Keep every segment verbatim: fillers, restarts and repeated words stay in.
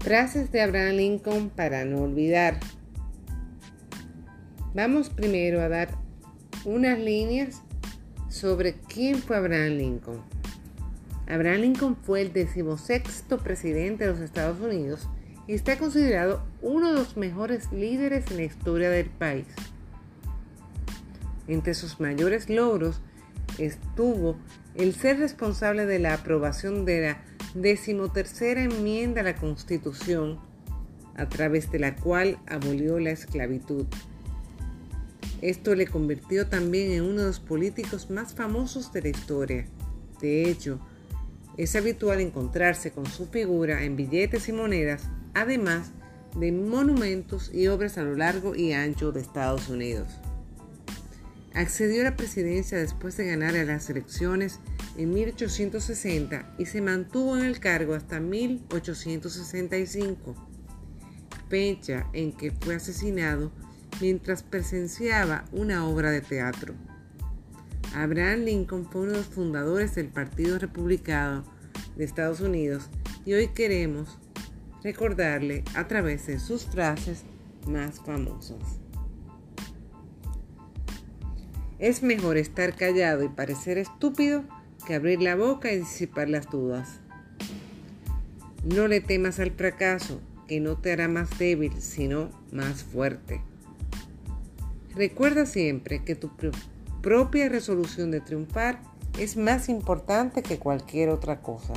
Frases de Abraham Lincoln para no olvidar. Vamos primero a dar unas líneas sobre quién fue Abraham Lincoln. Abraham Lincoln fue el decimosexto presidente de los Estados Unidos y está considerado uno de los mejores líderes en la historia del país. Entre sus mayores logros estuvo el ser responsable de la aprobación de la decimotercera enmienda a la Constitución, a través de la cual abolió la esclavitud. Esto le convirtió también en uno de los políticos más famosos de la historia. De hecho, es habitual encontrarse con su figura en billetes y monedas, además de monumentos y obras a lo largo y ancho de Estados Unidos. Accedió a la presidencia después de ganar las elecciones en mil ochocientos sesenta y se mantuvo en el cargo hasta mil ochocientos sesenta y cinco, fecha en que fue asesinado mientras presenciaba una obra de teatro. Abraham Lincoln fue uno de los fundadores del Partido Republicano de Estados Unidos y hoy queremos recordarle a través de sus frases más famosas. Es mejor estar callado y parecer estúpido que abrir la boca y disipar las dudas. No le temas al fracaso, que no te hará más débil, sino más fuerte. Recuerda siempre que tu pr- propia resolución de triunfar es más importante que cualquier otra cosa.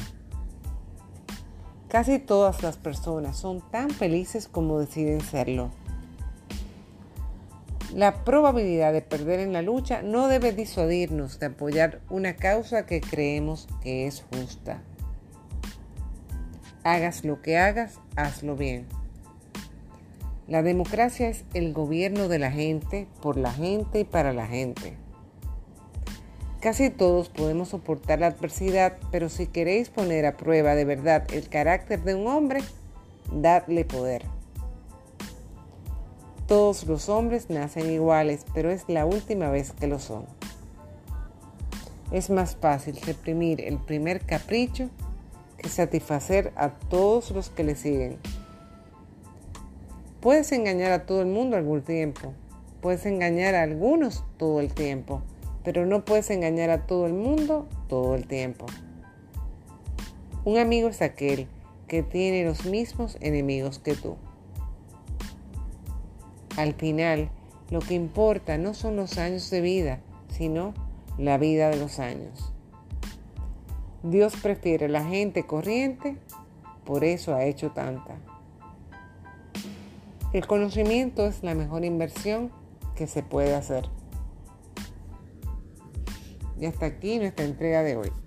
Casi todas las personas son tan felices como deciden serlo. La probabilidad de perder en la lucha no debe disuadirnos de apoyar una causa que creemos que es justa. Hagas lo que hagas, hazlo bien. La democracia es el gobierno de la gente, por la gente y para la gente. Casi todos podemos soportar la adversidad, pero si queréis poner a prueba de verdad el carácter de un hombre, dadle poder. Todos los hombres nacen iguales, pero es la última vez que lo son. Es más fácil reprimir el primer capricho que satisfacer a todos los que le siguen. Puedes engañar a todo el mundo algún tiempo, puedes engañar a algunos todo el tiempo, pero no puedes engañar a todo el mundo todo el tiempo. Un amigo es aquel que tiene los mismos enemigos que tú. Al final, lo que importa no son los años de vida, sino la vida de los años. Dios prefiere a la gente corriente, por eso ha hecho tanta. El conocimiento es la mejor inversión que se puede hacer. Y hasta aquí nuestra entrega de hoy.